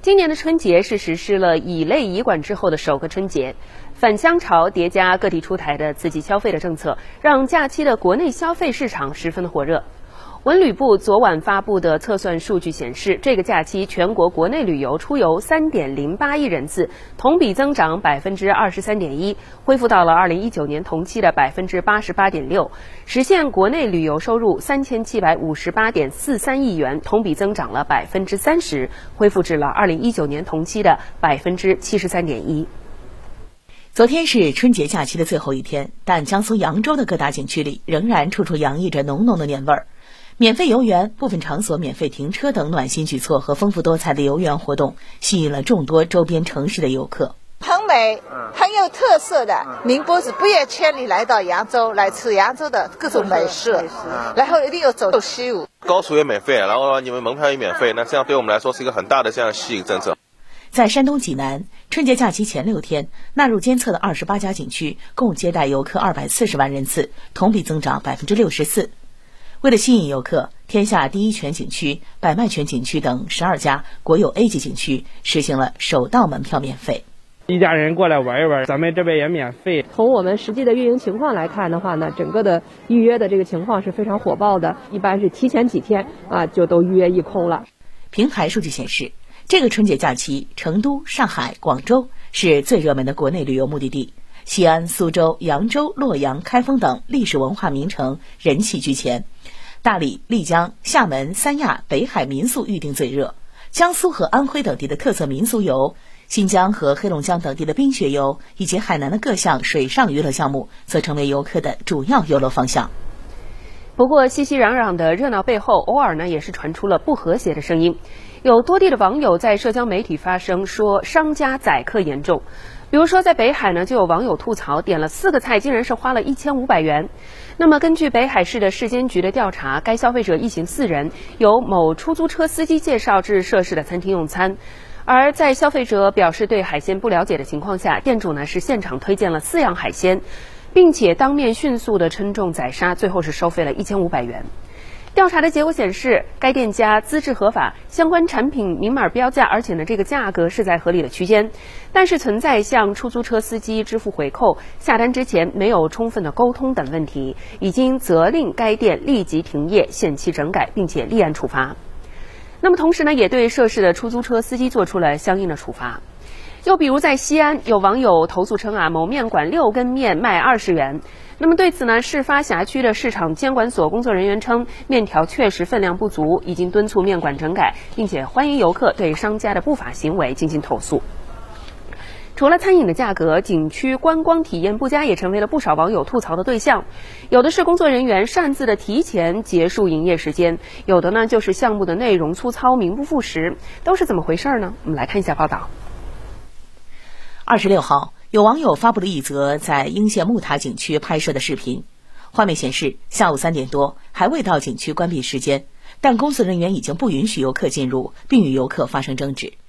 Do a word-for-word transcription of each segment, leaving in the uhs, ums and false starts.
今年的春节是实施了乙类乙管之后的首个春节，返乡潮叠加各地出台的刺激消费的政策，让假期的国内消费市场十分的火热。文旅部昨晚发布的测算数据显示，这个假期全国国内旅游出游 三点零八亿人次，同比增长 百分之二十三点一， 恢复到了二零一九年同期的 百分之八十八点六， 实现国内旅游收入 三千七百五十八点四三亿元，同比增长了 百分之三十， 恢复至了二零一九年同期的 百分之七十三点一。 昨天是春节假期的最后一天，但江苏扬州的各大景区里仍然处处洋溢着浓浓的年味儿。免费游园、部分场所免费停车等暖心举措和丰富多彩的游园活动，吸引了众多周边城市的游客。 很美、很有特色的宁波是不远千里来到扬州来吃扬州的各种美食，然后一定要走西湖。 高速也免费，然后你们门票也免费，那这样对我们来说是一个很大的这样吸引政策。 在山东济南，春节假期前六天纳入监测的二十八家景区，共接待游客二百四十万人次，同比增长 百分之六十四。为了吸引游客，天下第一泉景区、百脉泉景区等十二家国有 A 级景区实行了首到门票免费。 一家人过来玩一玩，咱们这边也免费。 从我们实际的运营情况来看的话呢，整个的预约的这个情况是非常火爆的，一般是提前几天啊就都预约一空了。 平台数据显示，这个春节假期，成都、上海、广州是最热门的国内旅游目的地，西安、苏州、扬州、洛阳、开封等历史文化名城人气居前。大理、丽江、厦门、三亚、北海民宿预订最热，江苏和安徽等地的特色民俗游，新疆和黑龙江等地的冰雪游，以及海南的各项水上娱乐项目，则成为游客的主要游乐方向。 不过，熙熙攘攘的热闹背后，偶尔呢也是传出了不和谐的声音。有多地的网友在社交媒体发声，说商家宰客严重。比如说，在北海呢，就有网友吐槽，点了四个菜，竟然是花了一千五百元。那么，根据北海市的市监局的调查，该消费者一行四人，由某出租车司机介绍至涉事的餐厅用餐。而在消费者表示对海鲜不了解的情况下，店主呢是现场推荐了四样海鲜，并且当面迅速的称重宰杀，最后是收费了一千五百元。调查的结果显示，该店家资质合法，相关产品明码标价，而且呢，这个价格是在合理的区间。但是存在向出租车司机支付回扣、下单之前没有充分的沟通等问题，已经责令该店立即停业、限期整改，并且立案处罚。那么同时呢，也对涉事的出租车司机做出了相应的处罚。又比如在西安，有网友投诉称啊，某面馆六根面卖二十元。那么对此呢，事发辖区的市场监管所工作人员称，面条确实分量不足，已经敦促面馆整改，并且欢迎游客对商家的不法行为进行投诉。除了餐饮的价格，景区观光体验不佳也成为了不少网友吐槽的对象。有的是工作人员擅自的提前结束营业时间，有的呢就是项目的内容粗糙、名不副实，都是怎么回事呢？我们来看一下报道。 二十六号，有网友发布了一则在英县木塔景区拍摄的视频。画面显示，下午三点多，还未到景区关闭时间，但工作人员已经不允许游客进入，并与游客发生争执。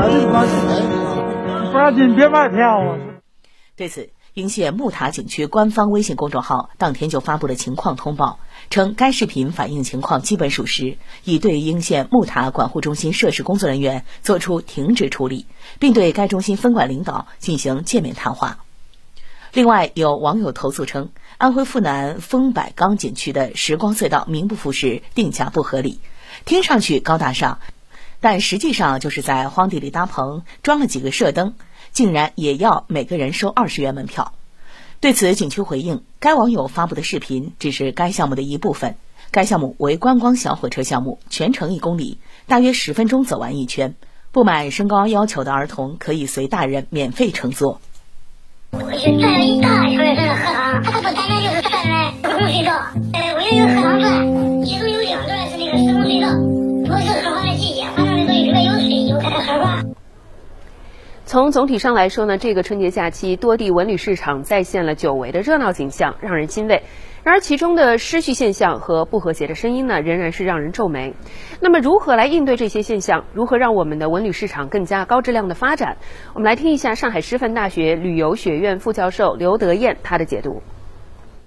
抓紧别买票啊！ 对此，英县木塔景区官方微信公众号当天就发布了情况通报，称该视频反映情况基本属实，已对英县木塔管护中心涉事工作人员作出停职处理，并对该中心分管领导进行见面谈话。另外，有网友投诉称，安徽阜南枫柏岗景区的时光隧道名不副实，定价不合理，听上去高大上，但实际上就是在荒地里搭棚，装了几个射灯，竟然也要每个人收二十元门票。对此，景区回应，该网友发布的视频只是该项目的一部分，该项目为观光小火车项目，全程一公里，大约十分钟走完一圈，不满身高要求的儿童可以随大人免费乘坐。 我去转了一大圈这个荷塘，它不单单就是转来普通隧道，呃，围着这个荷塘转，其中有两段是那个施工隧道，不是荷花的季节，花上面都里边有水，有开荷花。 从总体上来说呢，这个春节假期多地文旅市场再现了久违的热闹景象，让人欣慰。然而其中的失序现象和不和谐的声音呢，仍然是让人皱眉。那么如何来应对这些现象？如何让我们的文旅市场更加高质量的发展？我们来听一下上海师范大学旅游学院副教授刘德燕他的解读。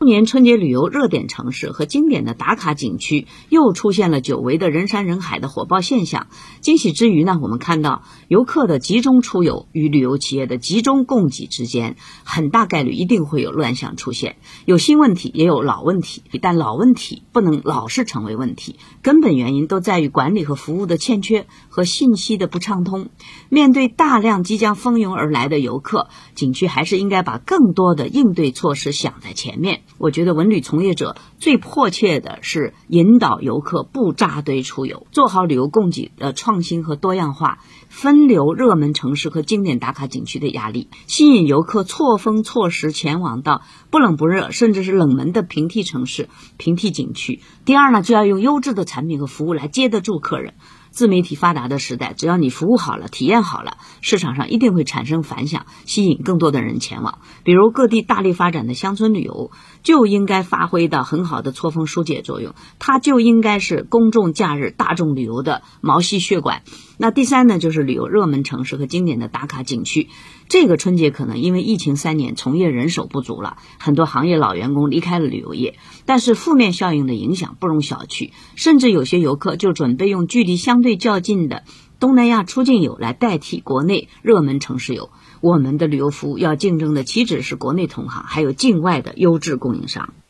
今年春节旅游热点城市和经典的打卡景区又出现了久违的人山人海的火爆现象。惊喜之余呢，我们看到游客的集中出游与旅游企业的集中供给之间，很大概率一定会有乱象出现。有新问题，也有老问题，但老问题不能老是成为问题，根本原因都在于管理和服务的欠缺和信息的不畅通。面对大量即将蜂拥而来的游客，景区还是应该把更多的应对措施想在前面。我觉得文旅从业者最迫切的是引导游客不扎堆出游，做好旅游供给的创新和多样化，分流热门城市和经典打卡景区的压力，吸引游客错峰错时前往到不冷不热甚至是冷门的平替城市、平替景区。第二呢，就要用优质的产品和服务来接得住客人。自媒体发达的时代，只要你服务好了，体验好了，市场上一定会产生反响，吸引更多的人前往。比如各地大力发展的乡村旅游，就应该发挥到很好的错峰疏解作用，它就应该是公众假日大众旅游的毛细血管。那第三呢，就是旅游热门城市和经典的打卡景区。这个春节可能因为疫情三年，从业人手不足了，很多行业老员工离开了旅游业，但是负面效应的影响不容小觑，甚至有些游客就准备用距离相对较近的东南亚出境游来代替国内热门城市游。我们的旅游服务要竞争的岂止是国内同行，还有境外的优质供应商。